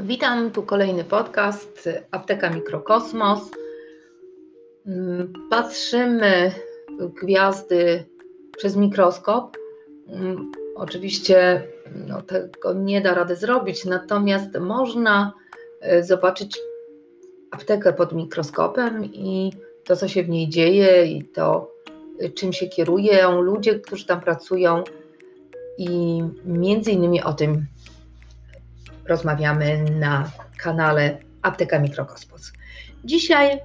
Witam, tu kolejny podcast Apteka Mikrokosmos. Patrzymy gwiazdy przez mikroskop. Oczywiście tego nie da rady zrobić, natomiast można zobaczyć aptekę pod mikroskopem i to, co się w niej dzieje, i to, czym się kierują ludzie, którzy tam pracują, i między innymi o tym rozmawiamy na kanale Apteka Mikrokosmos. Dzisiaj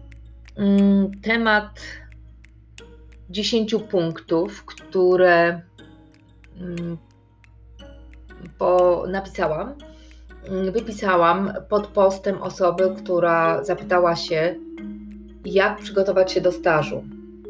temat 10 punktów, które wypisałam pod postem osoby, która zapytała się, jak przygotować się do stażu.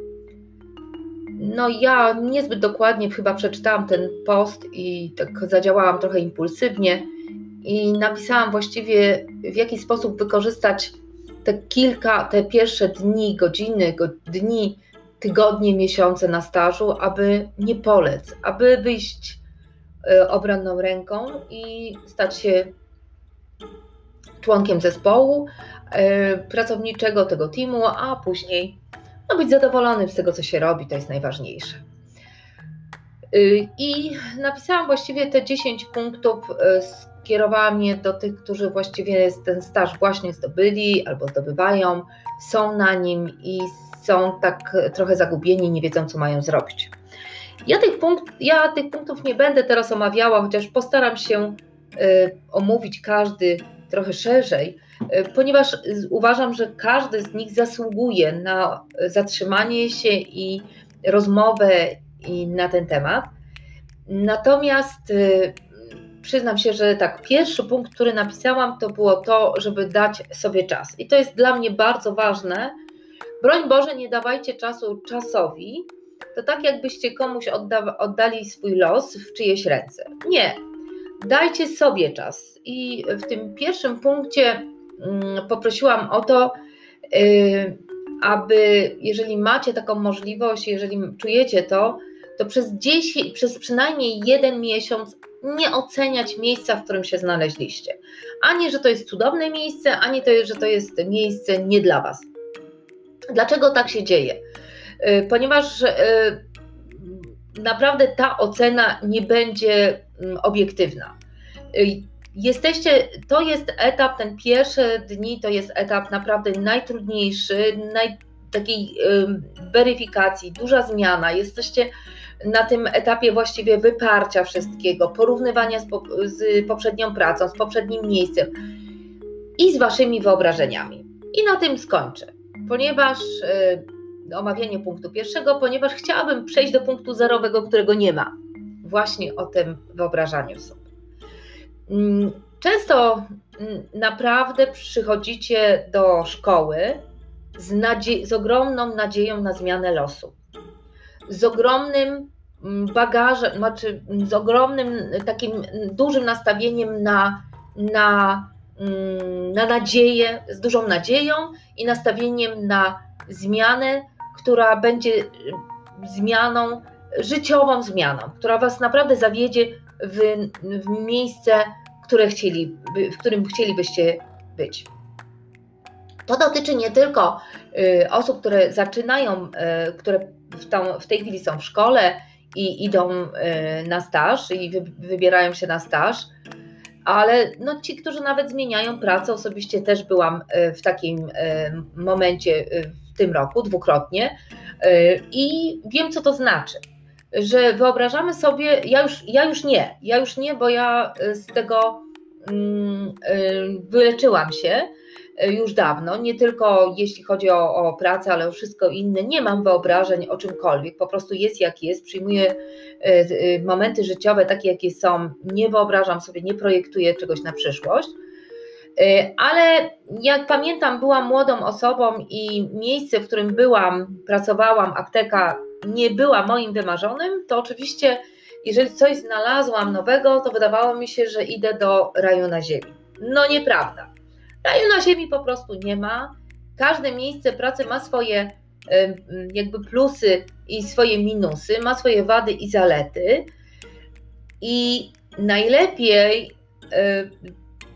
Ja niezbyt dokładnie chyba przeczytałam ten post i tak zadziałałam trochę impulsywnie i napisałam właściwie, w jaki sposób wykorzystać te pierwsze dni, godziny, tygodnie, miesiące na stażu, aby nie polec, aby wyjść obronną ręką i stać się członkiem zespołu pracowniczego, tego teamu, a później być zadowolonym z tego, co się robi, to jest najważniejsze. I napisałam właściwie te 10 punktów, skierowałam je do tych, którzy właściwie ten staż właśnie zdobyli albo zdobywają, są na nim i są tak trochę zagubieni, nie wiedzą, co mają zrobić. Ja tych punktów nie będę teraz omawiała, chociaż postaram się omówić każdy trochę szerzej, ponieważ uważam, że każdy z nich zasługuje na zatrzymanie się i rozmowę na ten temat. Natomiast przyznam się, że tak, pierwszy punkt, który napisałam, to było to, żeby dać sobie czas. I to jest dla mnie bardzo ważne. Broń Boże, nie dawajcie czasu czasowi. To tak, jakbyście komuś oddali swój los w czyjeś ręce. Nie. Dajcie sobie czas. I w tym pierwszym punkcie poprosiłam o to, aby, jeżeli macie taką możliwość, jeżeli czujecie to przez przynajmniej 1 miesiąc nie oceniać miejsca, w którym się znaleźliście. Ani, że to jest cudowne miejsce, ani to, że to jest miejsce nie dla Was. Dlaczego tak się dzieje? Ponieważ naprawdę ta ocena nie będzie obiektywna. To jest etap, ten pierwsze dni to jest etap naprawdę najtrudniejszy, takiej weryfikacji, duża zmiana. Jesteście na tym etapie właściwie wyparcia wszystkiego, porównywania z poprzednią pracą, z poprzednim miejscem i z waszymi wyobrażeniami. I na tym skończę, ponieważ omawianie punktu pierwszego, ponieważ chciałabym przejść do punktu zerowego, którego nie ma. Właśnie o tym wyobrażaniu sobie. Często naprawdę przychodzicie do szkoły z ogromną nadzieją na zmianę losu, z ogromnym bagażem, z ogromnym takim dużym nastawieniem na nadzieję, z dużą nadzieją i nastawieniem na zmianę, która będzie zmianą, życiową zmianą, która was naprawdę zawiedzie w miejsce, w którym chcielibyście być. To dotyczy nie tylko osób, które zaczynają, które w tej chwili są w szkole i idą na staż i wybierają się na staż, ale ci, którzy nawet zmieniają pracę. Osobiście też byłam w takim momencie w tym roku dwukrotnie i wiem, co to znaczy, że wyobrażamy sobie, ja już nie, bo ja z tego wyleczyłam się już dawno, nie tylko jeśli chodzi o pracę, ale o wszystko inne. Nie mam wyobrażeń o czymkolwiek, po prostu jest jak jest, przyjmuję momenty życiowe takie, jakie są, nie wyobrażam sobie, nie projektuję czegoś na przyszłość, ale jak pamiętam, byłam młodą osobą i miejsce, w którym pracowałam, apteka nie była moim wymarzonym, to oczywiście, jeżeli coś znalazłam nowego, to wydawało mi się, że idę do raju na ziemi. Nieprawda. Raju na ziemi po prostu nie ma. Każde miejsce pracy ma swoje jakby plusy i swoje minusy, ma swoje wady i zalety i najlepiej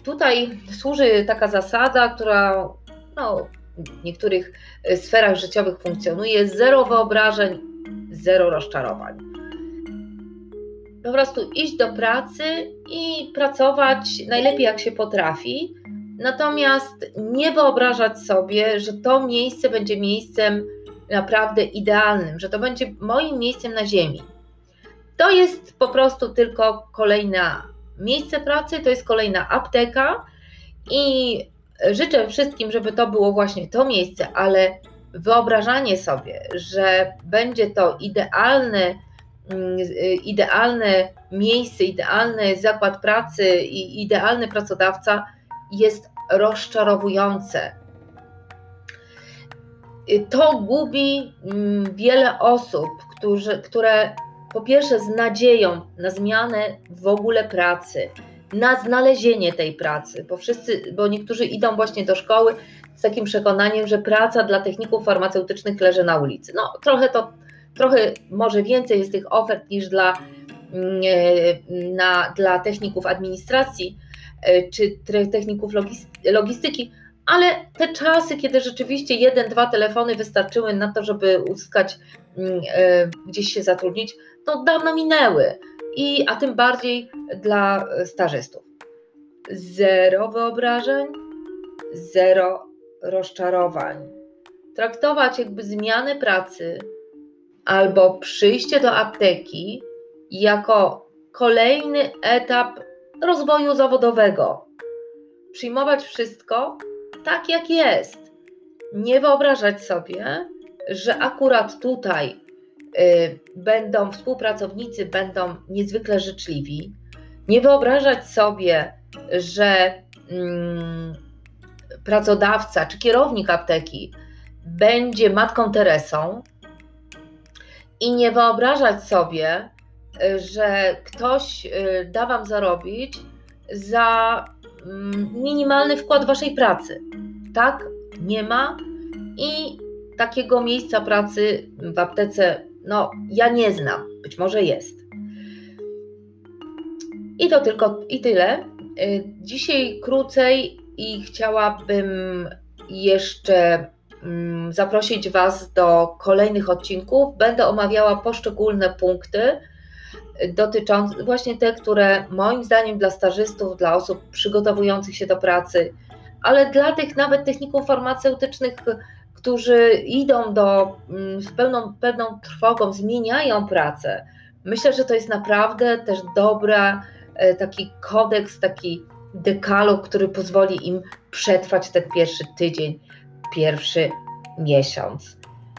Tutaj służy taka zasada, która no, w niektórych sferach życiowych funkcjonuje: zero wyobrażeń, zero rozczarowań. Po prostu iść do pracy i pracować najlepiej jak się potrafi, natomiast nie wyobrażać sobie, że to miejsce będzie miejscem naprawdę idealnym, że to będzie moim miejscem na ziemi. To jest po prostu tylko kolejne miejsce pracy, to jest kolejna apteka i życzę wszystkim, żeby to było właśnie to miejsce, ale wyobrażanie sobie, że będzie to idealne miejsce, idealny zakład pracy i idealny pracodawca jest rozczarowujące. To gubi wiele osób, które po pierwsze z nadzieją na zmianę w ogóle pracy, na znalezienie tej pracy, bo niektórzy idą właśnie do szkoły z takim przekonaniem, że praca dla techników farmaceutycznych leży na ulicy. No trochę może więcej jest tych ofert niż dla techników administracji czy techników logistyki, ale te czasy, kiedy rzeczywiście 1-2 telefony wystarczyły na to, żeby uzyskać gdzieś się zatrudnić, to dawno minęły, a tym bardziej dla stażystów. Zero wyobrażeń, zero rozczarowań. Traktować jakby zmianę pracy albo przyjście do apteki jako kolejny etap rozwoju zawodowego. Przyjmować wszystko tak, jak jest. Nie wyobrażać sobie, że akurat tutaj współpracownicy będą niezwykle życzliwi. Nie wyobrażać sobie, że pracodawca czy kierownik apteki będzie matką Teresą i nie wyobrażać sobie, że ktoś da Wam zarobić za minimalny wkład Waszej pracy. Tak, nie ma i takiego miejsca pracy w aptece, no ja nie znam, być może jest. I to tylko i tyle. Dzisiaj krócej i chciałabym jeszcze zaprosić Was do kolejnych odcinków. Będę omawiała poszczególne punkty dotyczące właśnie te, które moim zdaniem dla stażystów, dla osób przygotowujących się do pracy, ale dla tych nawet techników farmaceutycznych, którzy idą z pewną trwogą, zmieniają pracę. Myślę, że to jest naprawdę też dobra taki kodeks, taki dekalog, który pozwoli im przetrwać ten pierwszy tydzień, pierwszy miesiąc.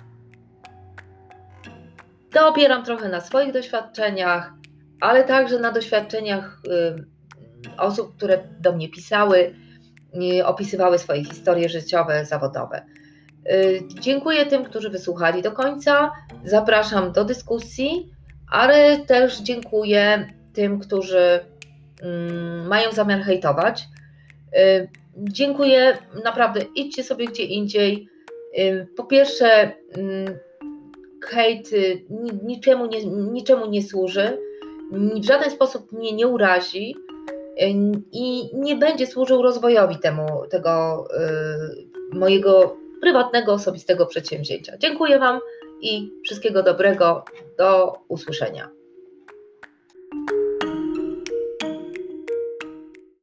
To opieram trochę na swoich doświadczeniach, ale także na doświadczeniach osób, które do mnie pisały, opisywały swoje historie życiowe, zawodowe. Dziękuję tym, którzy wysłuchali do końca. Zapraszam do dyskusji, ale też dziękuję tym, którzy mają zamiar hejtować. Dziękuję, naprawdę, idźcie sobie gdzie indziej. Po pierwsze, hejt niczemu nie służy, w żaden sposób mnie nie urazi i nie będzie służył rozwojowi tego mojego prywatnego, osobistego przedsięwzięcia. Dziękuję Wam i wszystkiego dobrego. Do usłyszenia.